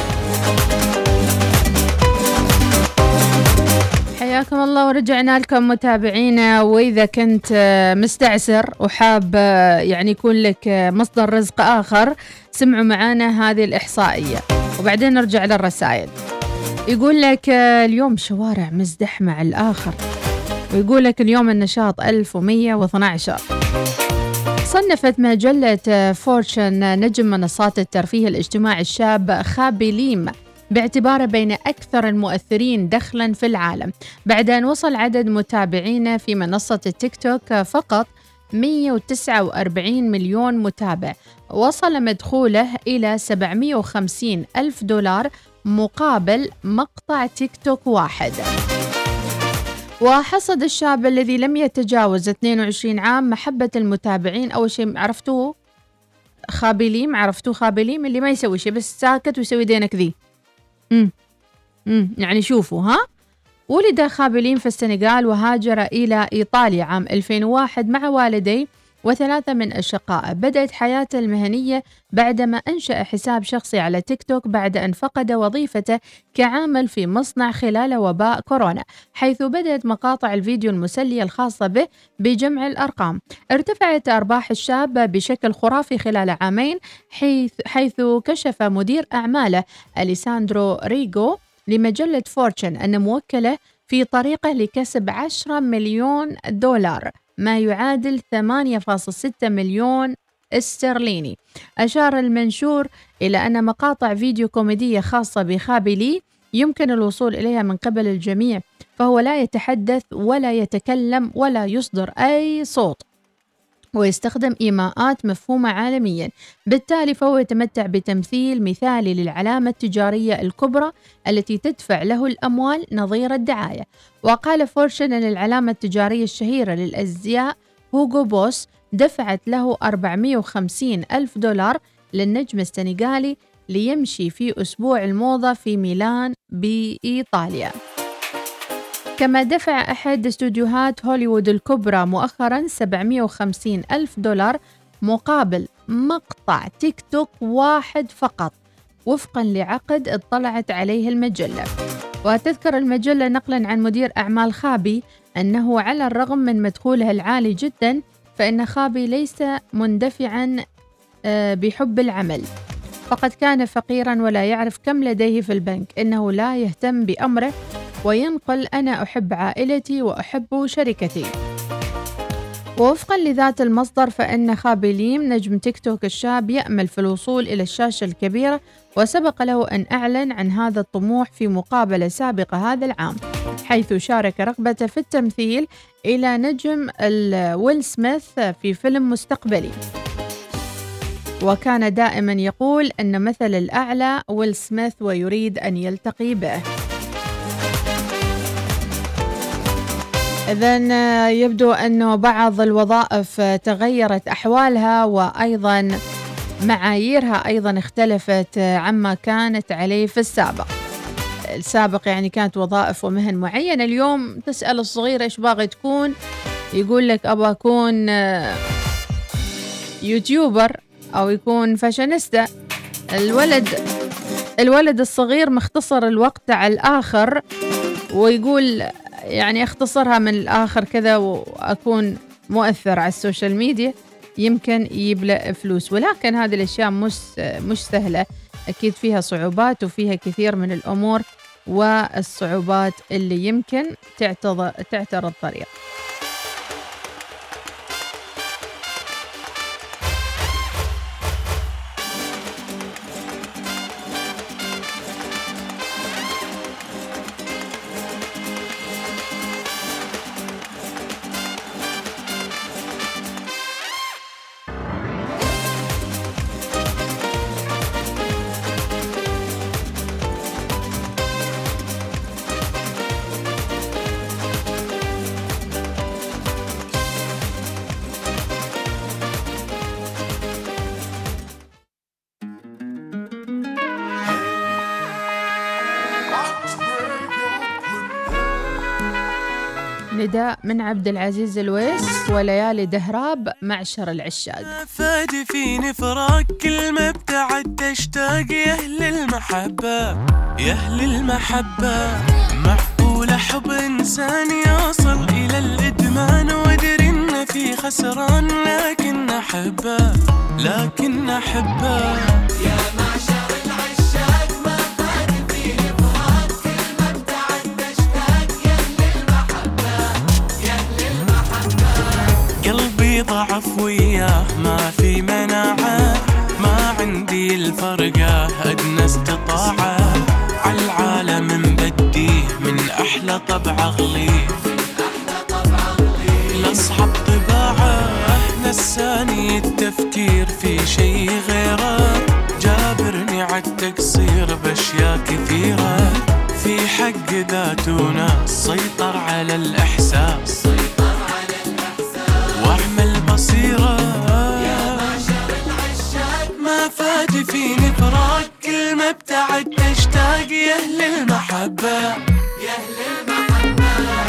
حياكم الله ورجعنا لكم متابعينا. وإذا كنت مستعسر وحاب يعني يكون لك مصدر رزق آخر، سمعوا معانا هذه الإحصائية وبعدين نرجع للرسائل. يقول لك اليوم شوارع مزدحمة على الآخر، ويقول لك اليوم النشاط 1112. صنفت مجلة فورتشن نجم منصات الترفيه الاجتماعي الشاب خابي ليم باعتباره بين أكثر المؤثرين دخلاً في العالم، بعد أن وصل عدد متابعين في منصة التيك توك فقط 149 مليون متابع. وصل مدخوله إلى 750 ألف دولار مقابل مقطع تيك توك واحد. وحصد الشاب الذي لم يتجاوز 22 عام محبة المتابعين. أول شيء عرفتوه خابيليم، عرفتوه خابيليم اللي ما يسوي شيء بس ساكت ويسوي دينك ذي. يعني شوفوا ها. ولد خابيليم في السنغال وهاجر إلى إيطاليا عام 2001 مع والديه وثلاثة من أشقائه. بدأت حياته المهنية بعدما أنشأ حساب شخصي على تيك توك بعد أن فقد وظيفته كعامل في مصنع خلال وباء كورونا، حيث بدأت مقاطع الفيديو المسلية الخاصة به بجمع الأرقام. ارتفعت أرباح الشاب بشكل خرافي خلال عامين، حيث كشف مدير أعماله أليساندرو ريغو لمجلة فورتشن أن موكله في طريقه لكسب 10 مليون دولار ما يعادل 8.6 مليون استرليني. أشار المنشور إلى أن مقاطع فيديو كوميدية خاصة بخابيلي يمكن الوصول إليها من قبل الجميع، فهو لا يتحدث ولا يتكلم ولا يصدر أي صوت، ويستخدم إيماءات مفهومة عالميا. بالتالي فهو يتمتع بتمثيل مثالي للعلامة التجارية الكبرى التي تدفع له الأموال نظير الدعاية. وقال فورتشن أن العلامة التجارية الشهيرة للأزياء هوغو بوس دفعت له 450 ألف دولار للنجم السنغالي ليمشي في أسبوع الموضة في ميلان بإيطاليا. كما دفع أحد استوديوهات هوليوود الكبرى مؤخرا 750 ألف دولار مقابل مقطع تيك توك واحد فقط، وفقا لعقد اطلعت عليه المجلة. وتذكر المجلة نقلا عن مدير أعمال خابي أنه على الرغم من مدخوله العالي جدا فإن خابي ليس مندفعا بحب العمل، فقد كان فقيرا ولا يعرف كم لديه في البنك، إنه لا يهتم بأمره وينقل أنا أحب عائلتي وأحب شركتي. ووفقا لذات المصدر فإن خابيليم نجم تيك توك الشاب يأمل في الوصول إلى الشاشة الكبيرة، وسبق له أن أعلن عن هذا الطموح في مقابلة سابقة هذا العام، حيث شارك رغبته في التمثيل إلى نجم ويل سميث في فيلم مستقبلي. وكان دائما يقول أن مثل الأعلى ويل سميث ويريد أن يلتقي به. إذن يبدو أنه بعض الوظائف تغيرت أحوالها وأيضا معاييرها أيضا اختلفت عما كانت عليه في السابق يعني كانت وظائف ومهن معينة. اليوم تسأل الصغير إيش باغي تكون، يقول لك أبغى أكون يوتيوبر أو يكون فاشينيستا. الولد الصغير مختصر الوقت على الآخر ويقول يعني اختصرها من الآخر كذا وأكون مؤثر على السوشيال ميديا يمكن يبلغ فلوس. ولكن هذه الأشياء مش سهلة، أكيد فيها صعوبات وفيها كثير من الأمور والصعوبات اللي يمكن تعترض طريق. نداء من عبد العزيز الويس وليالي دهراب معشر العشاق. فادي فيني فراق كل ما ابتعدت اشتاق يا أهل المحبة يا أهل المحبة. معقول أحب إنسان يوصل إلى الإدمان وأدري إن في خسران لكن أحبه لكن أحبه. يا معشر العشاق ما فادي فيني فراق كل ما ابتعدت اشتاق يا أهل المحبة يا أهل المحبة. قلبي ضعف وياه ما في مناعة ما عندي الفرقة أدنى استطاعة عالعالم مبديه من أحلى طبع أغليه لأصحاب طباعه نساني التفكير في شي غيره جابرني عالتقصير بأشياء كثيرة في حق ذاتنا سيطر على الإحساس واعمل بصيرة. يا معشر العشاق ما فادي فيني فراق كل ما ابتعدت اشتاق يا أهل المحبة يا أهل المحبة.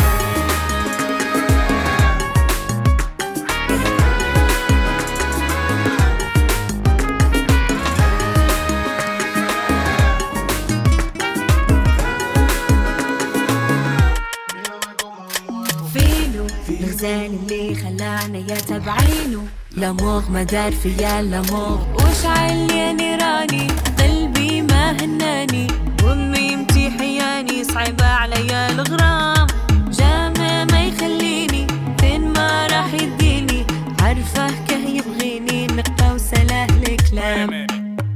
فينو الغزال اللي خلانا يتبعينه لموغ ما دار فيا لموغ وش علي نيراني قلبي ما هناني وامي امتحياني صعبة عليا الغرام جامع ما يخليني فين ما راح يديني عارفه كه يبغيني نقطة وسلاه الكلام.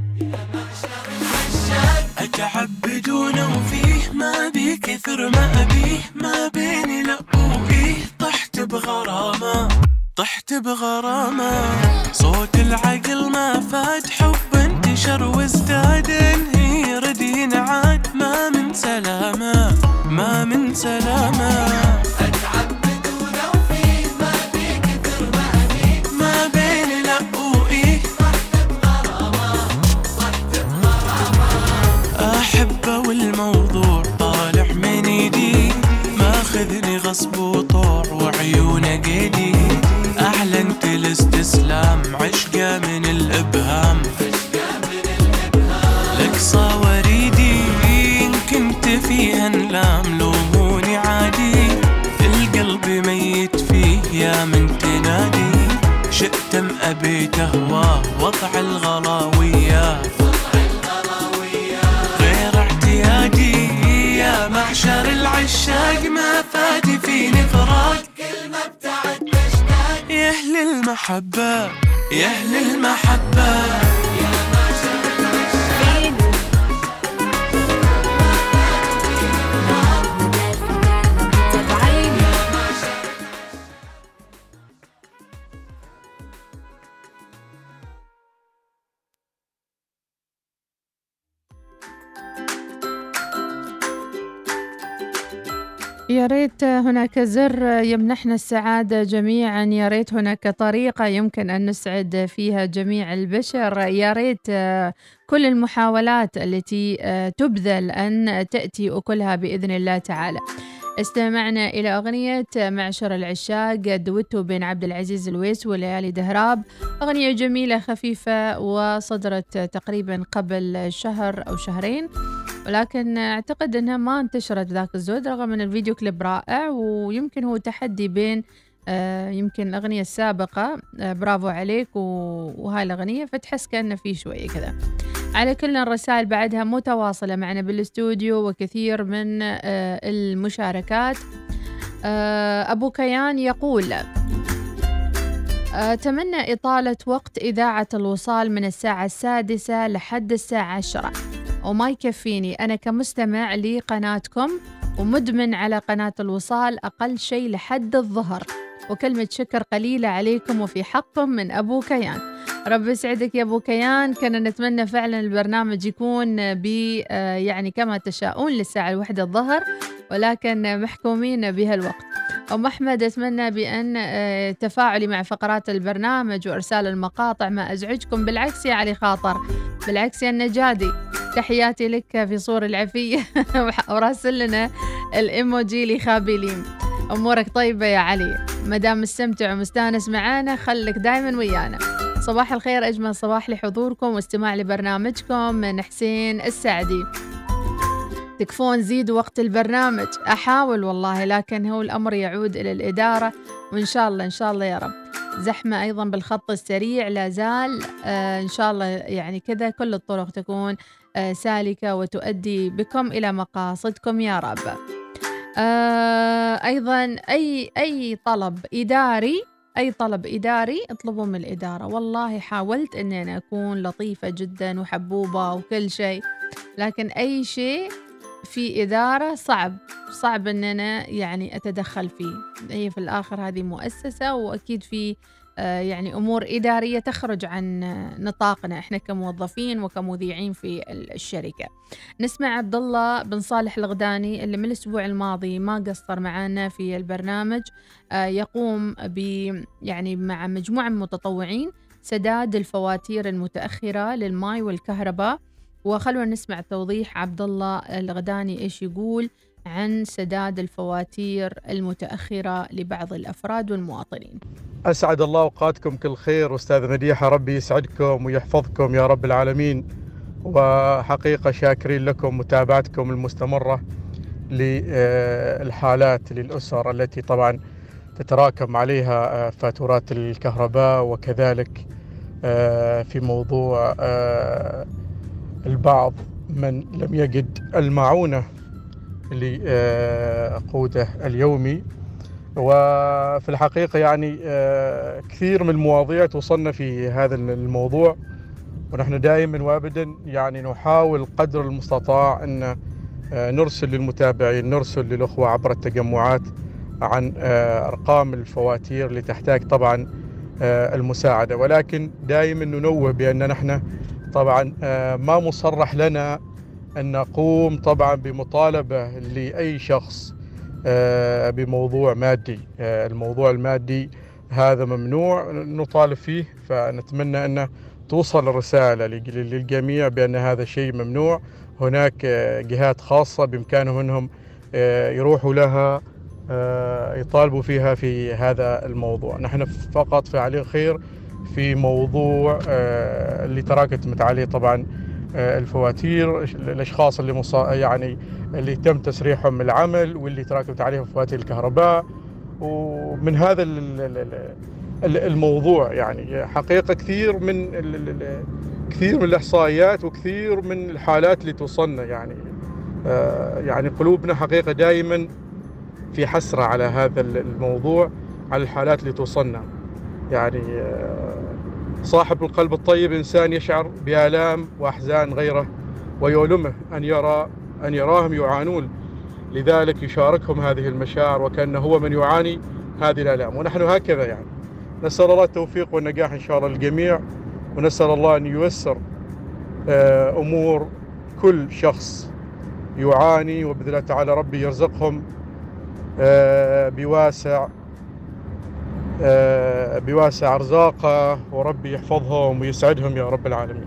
أتعب بدونه وفيه ما بي كثر ما أبيه ما بيني لا وإيه طحت بغرامة طحت بغرامة. صوت العقل ما فات حب انتشر وازداد انهير دين عاد ما من سلامة ما من سلامة. أتعب بدونه وفيه ما بي كثر ما أبيه ما بيني لا وإيه أحبه والموضوع طالع من ايدي ماخذني غصب وطوع وعيونه قيدي أعلنت الاستسلام عشقه من الإبهام لك صوريدي إن كنت فيها نلام لوموني عادي القلب ميت فيه يا من تنادي شئت أم أبيت أهواه وضع الغلاوية يا معشر العشاق ما فادي فيني فراق كل ما ابتعدت اشتاق يا أهل المحبة يا أهل المحبة. يا معشر العشاق يا ريت هناك زر يمنحنا السعادة جميعا، يا ريت هناك طريقة يمكن أن نسعد فيها جميع البشر، يا ريت كل المحاولات التي تبذل أن تأتي أكلها بإذن الله تعالى. استمعنا إلى أغنية معشر العشاق دويتو بين عبد العزيز الويس وليالي دهراب، أغنية جميلة خفيفة وصدرت تقريبا قبل شهر أو شهرين، ولكن أعتقد أنها ما انتشرت ذاك الزود رغم أن الفيديو كليب رائع، ويمكن هو تحدي بين يمكن الأغنية السابقة برافو عليك وهاي الأغنية، فتحس كأنه في شوية كذا. على كل الرسائل بعدها متواصلة معنا بالاستوديو وكثير من المشاركات. أبو كيان يقول أتمنى إطالة وقت إذاعة الوصال من الساعة 6 لحد الساعة 10 وما يكفيني أنا كمستمع لقناتكم ومدمن على قناة الوصال أقل شيء لحد الظهر، وكلمة شكر قليلة عليكم وفي حقكم من أبو كيان. رب يسعدك يا أبو كيان، كنا نتمنى فعلا البرنامج يكون يعني كما تشاءون للساعة 1 الظهر، ولكن محكومين بهالوقت. أم أحمد أتمنى بأن تفاعلي مع فقرات البرنامج وإرسال المقاطع ما أزعجكم، بالعكس يا علي خاطر، بالعكس يا النجادي، تحياتي لك في صور العفية وراسل لنا الإيموجي لخابلين. أمورك طيبة يا علي، مدام مستمتع ومستانس معانا خليك دايما ويانا. صباح الخير، أجمل صباح لحضوركم واستماع لبرنامجكم من حسين السعدي. تكفون زيد وقت البرنامج، أحاول والله، لكن هو الأمر يعود إلى الإدارة، وإن شاء الله إن شاء الله يا رب. زحمة أيضا بالخط السريع لا زال، إن شاء الله يعني كذا كل الطرق تكون سالكة وتؤدي بكم إلى مقاصدكم يا رب. أيضا أي طلب إداري اطلبوا من الإدارة. والله حاولت أني أنا أكون لطيفة جدا وحبوبة وكل شيء، لكن أي شيء في إدارة صعب أن أنا يعني أتدخل فيه. هي في الآخر هذه مؤسسة، وأكيد في يعني أمور إدارية تخرج عن نطاقنا إحنا كموظفين وكمذيعين في الشركة. نسمع عبد الله بن صالح الغداني اللي من الأسبوع الماضي ما قصر معنا في البرنامج، يقوم يعني مع مجموعة من المتطوعين سداد الفواتير المتأخرة للماء والكهرباء. وخلونا نسمع توضيح عبد الله الغداني إيش يقول عن سداد الفواتير المتأخرة لبعض الأفراد والمواطنين. أسعد الله أوقاتكم كل خير أستاذ مديحة، ربي يسعدكم ويحفظكم يا رب العالمين. وحقيقة شاكرين لكم متابعتكم المستمرة للحالات للأسر التي طبعا تتراكم عليها فاتورات الكهرباء، وكذلك في موضوع البعض من لم يجد المعونة لقوته اليومي. وفي الحقيقة يعني كثير من المواضيع توصلنا في هذا الموضوع، ونحن دائما وابدا يعني نحاول قدر المستطاع أن نرسل للمتابعين، نرسل للأخوة عبر التجمعات عن أرقام الفواتير اللي تحتاج طبعا المساعدة، ولكن دائما ننوه بأن نحن طبعا ما مصرح لنا أن نقوم طبعا بمطالبة لأي شخص بموضوع مادي. الموضوع المادي هذا ممنوع نطالب فيه، فنتمنى أن توصل الرسالة للجميع بأن هذا شيء ممنوع. هناك جهات خاصة بإمكانهم أنهم يروحوا لها يطالبوا فيها في هذا الموضوع. نحن فقط فاعلين خير في موضوع اللي تراكمت عليه طبعا الفواتير، الأشخاص اللي يعني اللي تم تسريحهم من العمل واللي تراكمت عليهم فواتير الكهرباء. ومن هذا الموضوع يعني حقيقة كثير من الإحصائيات وكثير من الحالات اللي توصلنا، يعني قلوبنا حقيقة دائما في حسرة على هذا الموضوع، على الحالات اللي توصلنا. يعني صاحب القلب الطيب إنسان يشعر بآلام وأحزان غيره ويؤلمه أن يراهم يعانون، لذلك يشاركهم هذه المشاعر وكأنه هو من يعاني هذه الآلام. ونحن هكذا يعني نسأل الله التوفيق والنجاح إن شاء الله للجميع، ونسأل الله أن ييسر أمور كل شخص يعاني، وبإذن الله تعالى ربي يرزقهم بواسع أرزاقه، وربي يحفظهم ويسعدهم يا رب العالمين.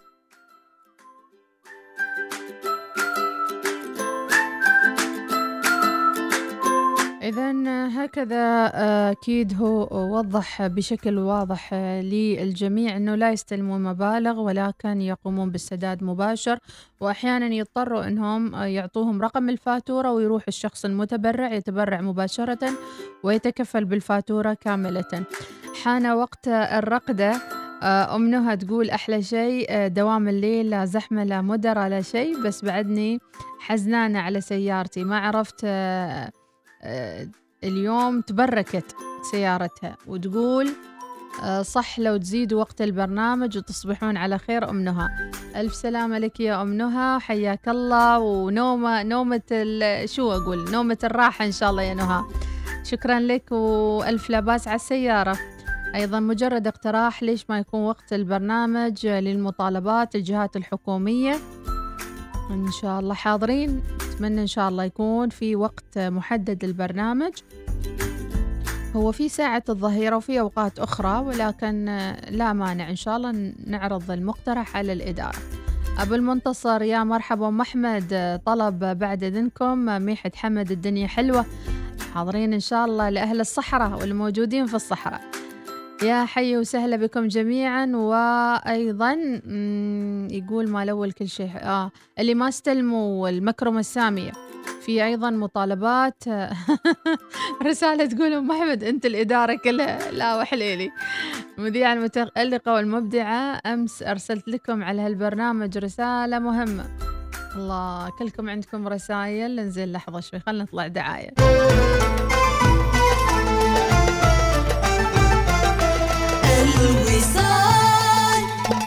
إذن هكذا أكيد هو وضح بشكل واضح للجميع أنه لا يستلمون مبالغ، ولكن يقومون بالسداد مباشر، وأحيانا يضطروا أنهم يعطوهم رقم الفاتورة ويروح الشخص المتبرع يتبرع مباشرة ويتكفل بالفاتورة كاملة. حان وقت الرقدة. أم نهى تقول أحلى شيء دوام الليل، لا زحمة لا مدر لا شيء، بس بعدني حزنانة على سيارتي، ما عرفت اليوم تبركت سيارتها. وتقول صح لو تزيدوا وقت البرنامج وتصبحون على خير. أم نهى ألف سلامة لك يا أم نهى، حياك الله، ونومة نومة الراحة إن شاء الله يا نهى. شكرا لك وألف لا بأس على السيارة. أيضا مجرد اقتراح، ليش ما يكون وقت البرنامج للمطالبات الجهات الحكومية؟ إن شاء الله حاضرين، أتمنى إن شاء الله يكون في وقت محدد للبرنامج. هو في ساعة الظهيرة وفي أوقات أخرى، ولكن لا مانع إن شاء الله نعرض المقترح على الإدارة. أبو المنتصر يا مرحبا أم أحمد، طلب بعد إذنكم ميحة حمد الدنيا حلوة. حاضرين إن شاء الله لأهل الصحراء والموجودين في الصحراء. يا حي وسهلا بكم جميعا. وأيضا يقول ما الأول كل شيء اللي ما استلموا المكرمة السامية في أيضا مطالبات. رسالة تقول أم أحمد أنت الإدارة كلها. لا وحليلي مذيعة المتألقة والمبدعة، أمس أرسلت لكم على هالبرنامج رسالة مهمة. الله كلكم عندكم رسائل. ننزل لحظة شوي خلنا نطلع دعاية. الوصال.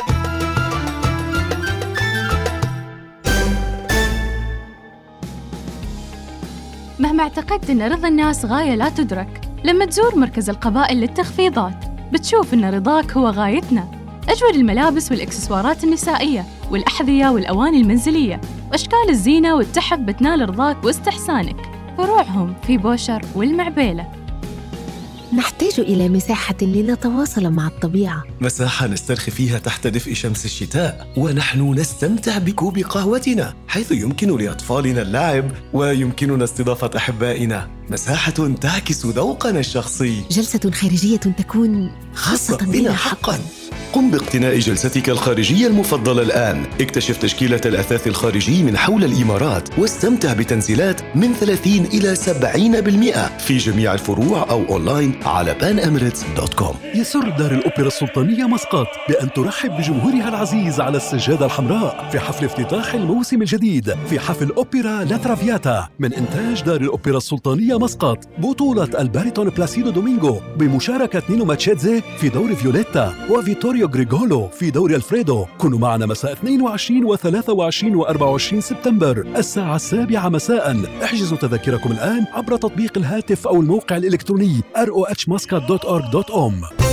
مهما اعتقدت أن رضا الناس غاية لا تدرك، لما تزور مركز القبائل للتخفيضات بتشوف أن رضاك هو غايتنا. أجود الملابس والإكسسوارات النسائية والأحذية والأواني المنزلية وأشكال الزينة والتحف بتنال رضاك واستحسانك. فروعهم في بوشر والمعبيلة. نحتاج إلى مساحة لنتواصل مع الطبيعة، مساحة نسترخي فيها تحت دفء شمس الشتاء ونحن نستمتع بكوب قهوتنا، حيث يمكن لأطفالنا اللعب ويمكننا استضافة أحبائنا. مساحة تعكس ذوقنا الشخصي، جلسة خارجية تكون خاصة بنا حقاً. قم باقتناء جلستك الخارجية المفضلة الآن. اكتشف تشكيلة الأثاث الخارجي من حول الإمارات واستمتع بتنزيلات من 30 إلى 70% في جميع الفروع أو أونلاين على panemirates.com. يسر دار الأوبرا السلطانية مسقط بأن ترحب بجمهورها العزيز على السجادة الحمراء في حفل افتتاح الموسم الجديد في حفل أوبرا لا ترافياتا من إنتاج دار الأوبرا السلطانية مسقط، بطولة الباريتون بلاسيدو دومينغو بمشاركة نينو ماتشيتزي في دور فيوليتا وفيتوريو غريغولو في دور الفريدو. كونوا معنا مساء 22 و23 و24 سبتمبر الساعة 7 مساء. احجزوا تذاكركم الآن عبر تطبيق الهاتف أو الموقع الإلكتروني rohmuscat.org.om.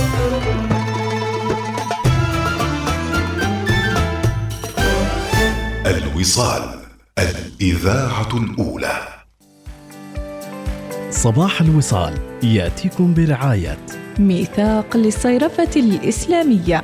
الوصال، الإذاعة الأولى. صباح الوصال يأتيكم برعاية ميثاق للصيرفة الإسلامية.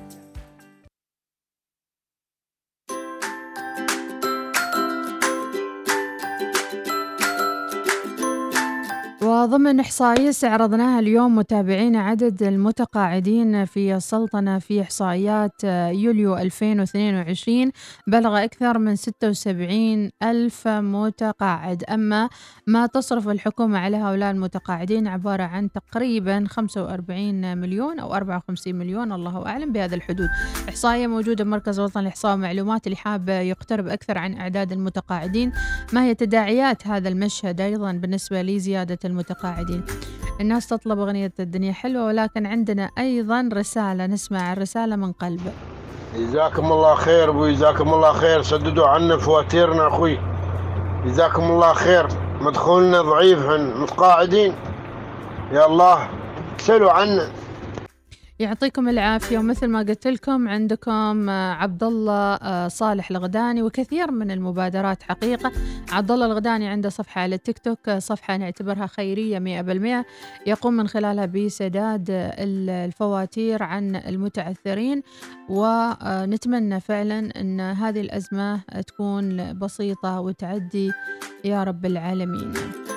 وضمن إحصائية استعرضناها اليوم متابعينا، عدد المتقاعدين في السلطنة في إحصائيات يوليو 2022 بلغ أكثر من 76 ألف متقاعد. أما ما تصرف الحكومة على هؤلاء المتقاعدين عبارة عن تقريبا 45 مليون أو 54 مليون، الله أعلم بهذا الحدود. إحصائية موجودة بمركز الوطني للإحصاء والمعلومات. اللي حاب يقترب أكثر عن أعداد المتقاعدين، ما هي تداعيات هذا المشهد أيضا بالنسبة لزيادة المتقاعدين. الناس تطلب أغنية الدنيا حلوة، ولكن عندنا أيضا رسالة، نسمع الرسالة من قلب. جزاكم الله خير أبوي، جزاكم الله خير. سددوا عنا فواتيرنا أخوي، جزاكم الله خير. مدخولنا ضعيف، متقاعدين يا الله سلوا عنا. يعطيكم العافية. ومثل ما قلت لكم عندكم عبد الله صالح الغداني وكثير من المبادرات حقيقة. عبد الله الغداني عنده صفحة على التيك توك، صفحة نعتبرها خيرية 100%، يقوم من خلالها بسداد الفواتير عن المتعثرين، ونتمنى فعلا أن هذه الأزمة تكون بسيطة وتعدي يا رب العالمين.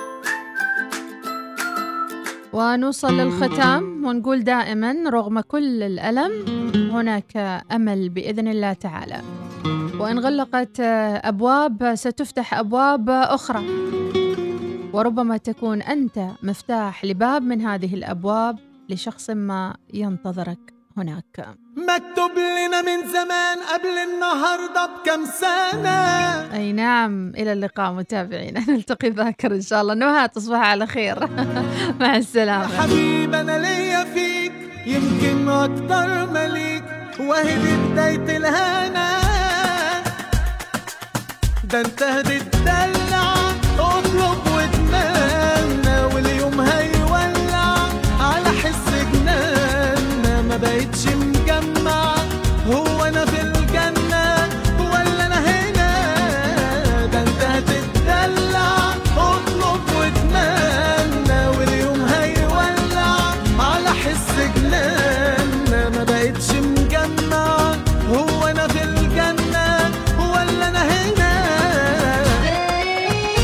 ونوصل للختام ونقول دائما رغم كل الألم هناك أمل بإذن الله تعالى، وإن غلقت أبواب ستفتح أبواب أخرى، وربما تكون أنت مفتاح لباب من هذه الأبواب لشخص ما ينتظرك هناك. مكتوب لنا من زمان قبل النهاردة بكم سنة. أي نعم. إلى اللقاء متابعينا، نلتقي ذاكر إن شاء الله. نهى تصبح على خير. مع السلامة حبيب أنا ليا فيك يمكن أكتر مليك، وهي بداية الهنا. ده انت هتتدلع اطلب واتمنى، واليوم هيولع على حس جنان. ما بقتش مجمع هو انا في الجنة ولا انا هنا. ده انت هتتدلع اطلب واتمنى، واليوم هيولع على حس جنان. ما بقتش مجمع هو انا في الجنة ولا انا هنا.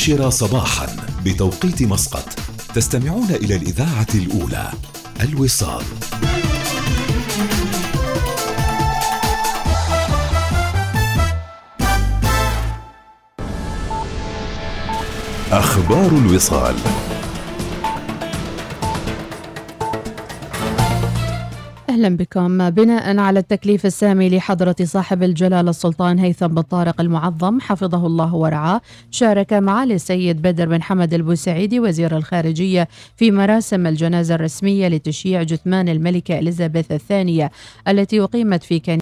العاشرة صباحا بتوقيت مسقط. تستمعون إلى الإذاعة الأولى الوصال. أخبار الوصال. أهلا بكم. بناء على التكليف السامي لحضرة صاحب الجلالة السلطان هيثم بن طارق المعظم حفظه الله ورعاه، شارك معالي السيد بدر بن حمد البوسعيدي وزير الخارجية في مراسم الجنازة الرسمية لتشييع جثمان الملكة إليزابيث الثانية التي أقيمت في كنيسة